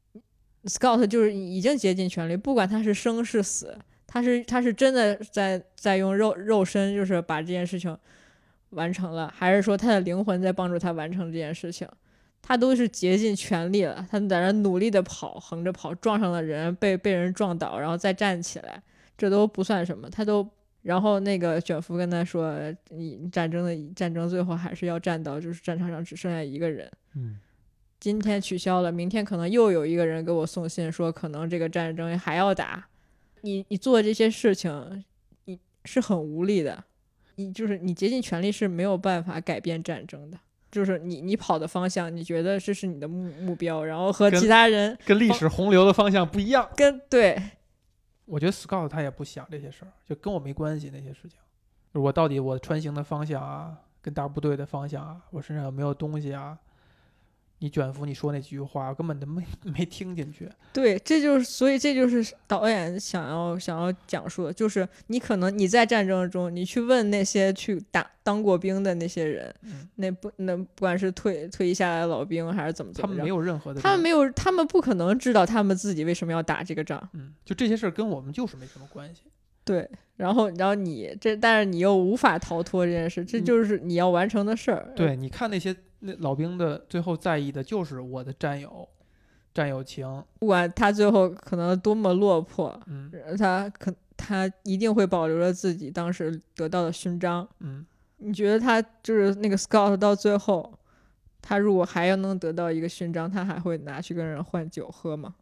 Scott 就是已经竭尽全力，不管他是生是死，他是真的在用肉身就是把这件事情完成了，还是说他的灵魂在帮助他完成这件事情，他都是竭尽全力了，他在那努力的跑，横着跑，撞上了人，被人撞倒，然后再站起来，这都不算什么，他都。然后那个卷福跟他说，你战争最后还是要战到就是战场上只剩下一个人。今天取消了，明天可能又有一个人给我送信说可能这个战争还要打。你做这些事情你是很无力的，你竭尽全力是没有办法改变战争的。 就是你跑的方向，你觉得这是你的目标，然后和其他人跟历史洪流的方向不一样。 对， 我觉得 Scout 他也不想这些事儿，就跟我没关系那些事情。我到底我穿行的方向啊，跟大部队的方向啊，我身上有没有东西啊？你卷福你说那几句话，我根本就没听进去。 对，所以这就是导演想要讲述的，就是你可能你在战争中，你去问那些去当过兵的那些人，那不管是退役下来的老兵还是怎么他们没有任何的， 他们不可能知道他们自己为什么要打这个仗。 就这些事儿跟我们就是没什么关系。 对，然后但是你又无法逃脱这件事，这就是你要完成的事儿。 对，你看那老兵的最后在意的就是我的战友情， 不管他最后可能多么落魄，他一定会保留着自己当时得到的勋章。你觉得他就是那个 Scout 到最后，他如果还要能得到一个勋章，他还会拿去跟人换酒喝吗？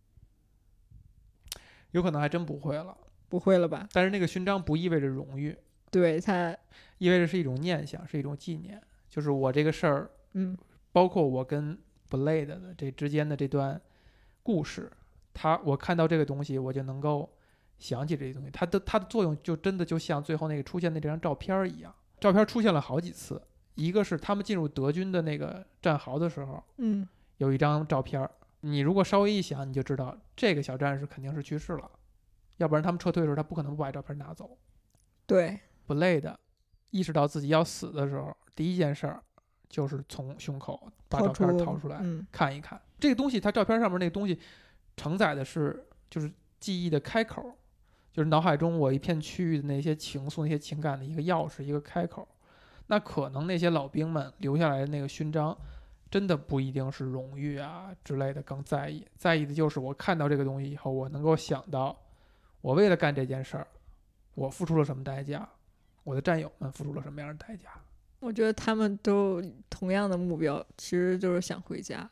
有可能还真不会了。 不会了吧？ 但是那个勋章不意味着荣誉， 对，它意味着是一种念想，是一种纪念。就是我这个事儿，包括我跟 Blade 的这之间的这段故事，我看到这个东西，我就能够想起这些东西。它的作用就真的就像最后那个出现的这张照片一样。照片出现了好几次，一个是他们进入德军的那个战壕的时候，有一张照片，你如果稍微一想，你就知道这个小战士肯定是去世了。要不然他们撤退的时候，他不可能不把照片拿走。 对 ，Blade 意识到自己要死的时候，第一件事儿就是从胸口把照片掏出来看一看。这个东西，他照片上面那个东西承载的是就是记忆的开口，就是脑海中我一片区域的那些情愫、那些情感的一个钥匙、一个开口。那可能那些老兵们留下来的那个勋章，真的不一定是荣誉啊之类的更在意的就是我看到这个东西以后，我能够想到。我为了干这件事儿，我付出了什么代价？我的战友们付出了什么样的代价？ 我觉得他们都同样的目标，其实就是想回家。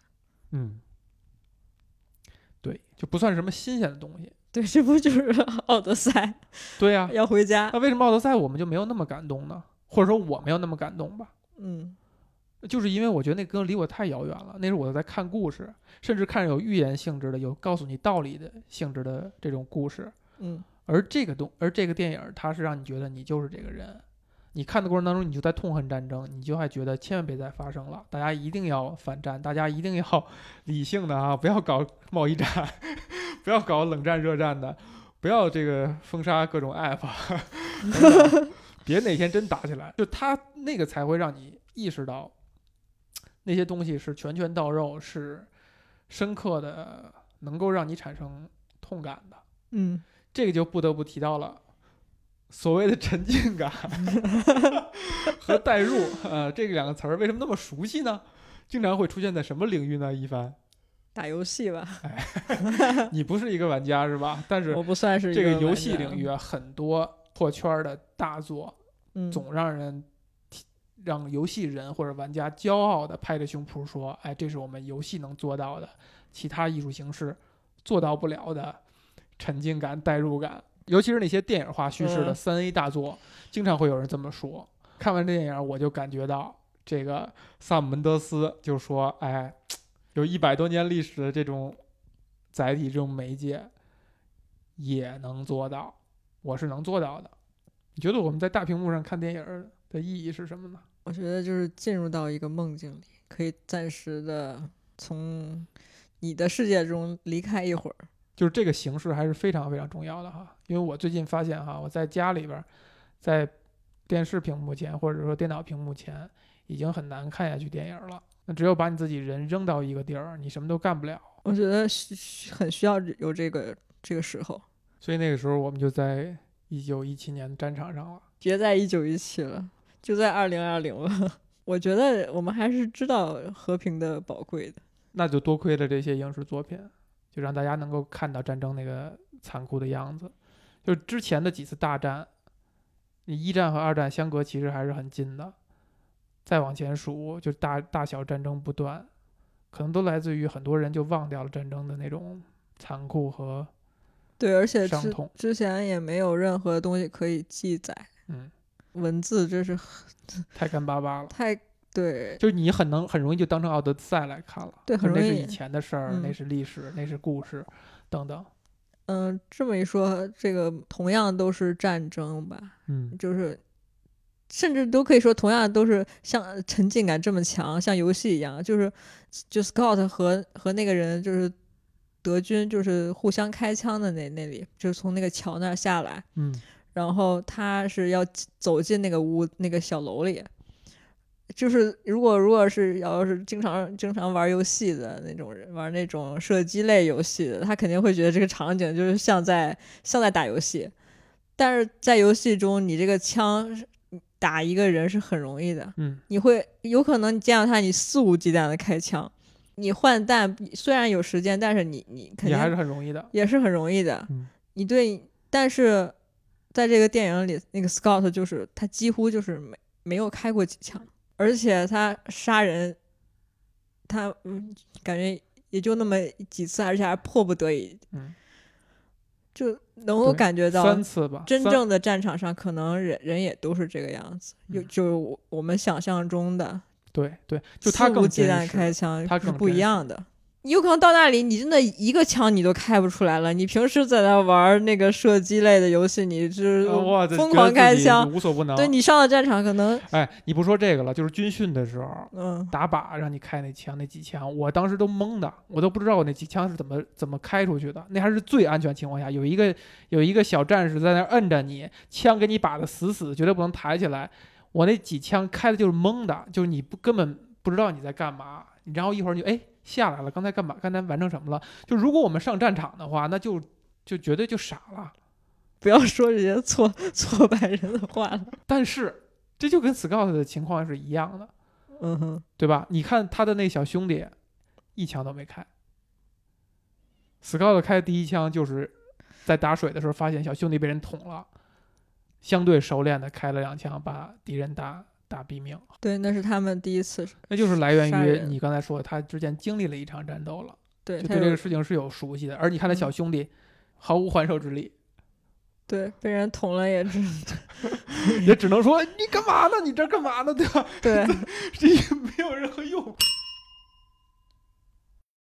对，就不算什么新鲜的东西。 对，这不就是奥德赛？ 对呀， 要回家。 那为什么奥德赛我们就没有那么感动呢？或者说我没有那么感动吧？就是因为我觉得那歌离我太遥远了。那时候我在看故事，甚至看有寓言性质的、有告诉你道理的性质的这种故事。而这个电影，它是让你觉得你就是这个人。你看的过程当中，你就在痛恨战争，你就还觉得千万别再发生了，大家一定要反战，大家一定要理性的啊，不要搞贸易战，不要搞冷战热战的，不要这个封杀各种 app， 别哪天真打起来。就他那个才会让你意识到，那些东西是拳拳到肉，是深刻的，能够让你产生痛感的。这个就不得不提到了所谓的沉浸感和代入，这两个词儿为什么那么熟悉呢？经常会出现在什么领域呢？一帆， 打游戏吧。 你不是一个玩家是吧？但是我不算是这个游戏领域啊，很多破圈的大作，总让游戏人或者玩家骄傲的拍着胸脯说：“哎，这是我们游戏能做到的，其他艺术形式做到不了的。”沉浸感、代入感，尤其是那些电影化叙事的3A 大作，经常会有人这么说。看完这电影，我就感觉到这个萨姆门德斯就说：“哎，有100多年历史的这种载体、这种媒介也能做到，我是能做到的。”你觉得我们在大屏幕上看电影的意义是什么呢？ 我觉得就是进入到一个梦境里，可以暂时的从你的世界中离开一会儿。 就是这个形式还是非常非常重要的哈，因为我最近发现哈，我在家里边，在电视屏幕前或者说电脑屏幕前，已经很难看下去电影了。那只有把你自己人扔到一个地儿，你什么都干不了。 我觉得很需要有这个时候。 所以那个时候我们就在1917年战场上了。 别在1917了，就在2020了。我觉得我们还是知道和平的宝贵的。 那就多亏了这些影视作品。就让大家能够看到战争那个残酷的样子。就之前的几次大战，一战和二战相隔其实还是很近的，再往前数，就大小战争不断，可能都来自于很多人就忘掉了战争的那种残酷和对，而且伤痛。 之前也没有任何东西可以记载，文字真是太干巴巴了， 对， 就是你很容易就当成奥德赛来看了。 对，很容易。 那是以前的事儿，那是历史，那是故事，等等。 这么一说，这个同样都是战争吧，就是甚至都可以说同样都是像沉浸感这么强，像游戏一样，就 Scott 和那个人就是德军就是互相开枪的那里，就是从那个桥那儿下来，然后他是要走进那个那个小楼里。就是如果是要是经常玩游戏的那种人，玩那种射击类游戏的，他肯定会觉得这个场景就是像在打游戏。但是在游戏中，你这个枪打一个人是很容易的，你会有可能你见到他，你肆无忌惮的开枪，你换弹虽然有时间，但是你肯定也还是很容易的， 也是很容易的。但是在这个电影里，那个 Scott 就是他几乎就是没有开过几枪。而且他杀人，他感觉也就那么几次，而且还迫不得已，就能够感觉到 3次吧。 真正的战场上可能人也都是这个样子，就是我们想象中的， 对，就他肆无忌惮开枪， 他是不一样的。有可能到那里你真的一个枪你都开不出来了，你平时在那玩那个射击类的游戏，你就是疯狂开枪， 无所不能。 对，你上了战场可能你不说这个了，就是军训的时候，打靶让你开那几枪，我当时都懵的，我都不知道我那几枪是怎么开出去的。那还是最安全情况下，有一个小战士在那摁着你，枪给你把的死死，绝对不能抬起来。我那几枪开的就是懵的，就是你根本不知道你在干嘛，然后一会儿就下来了，刚才干嘛？刚才完成什么了？就如果我们上战场的话，那就绝对就傻了。 不要说这些挫败人的话了。 但是这就跟 Scott 的情况是一样的，对吧？你看他的那小兄弟，一枪都没开。Scott 开的第一枪就是在打水的时候发现小兄弟被人捅了，相对熟练的开了2枪，把敌人打毙命。 对，那是他们第一次， 那就是来源于你刚才说他之前经历了一场战斗了， 对， 就对这个事情是有熟悉的。而你看他小兄弟毫无还手之力， 对，被人捅了也只能说你干嘛呢？你这干嘛呢？对吧？ 对， 这也没有任何用。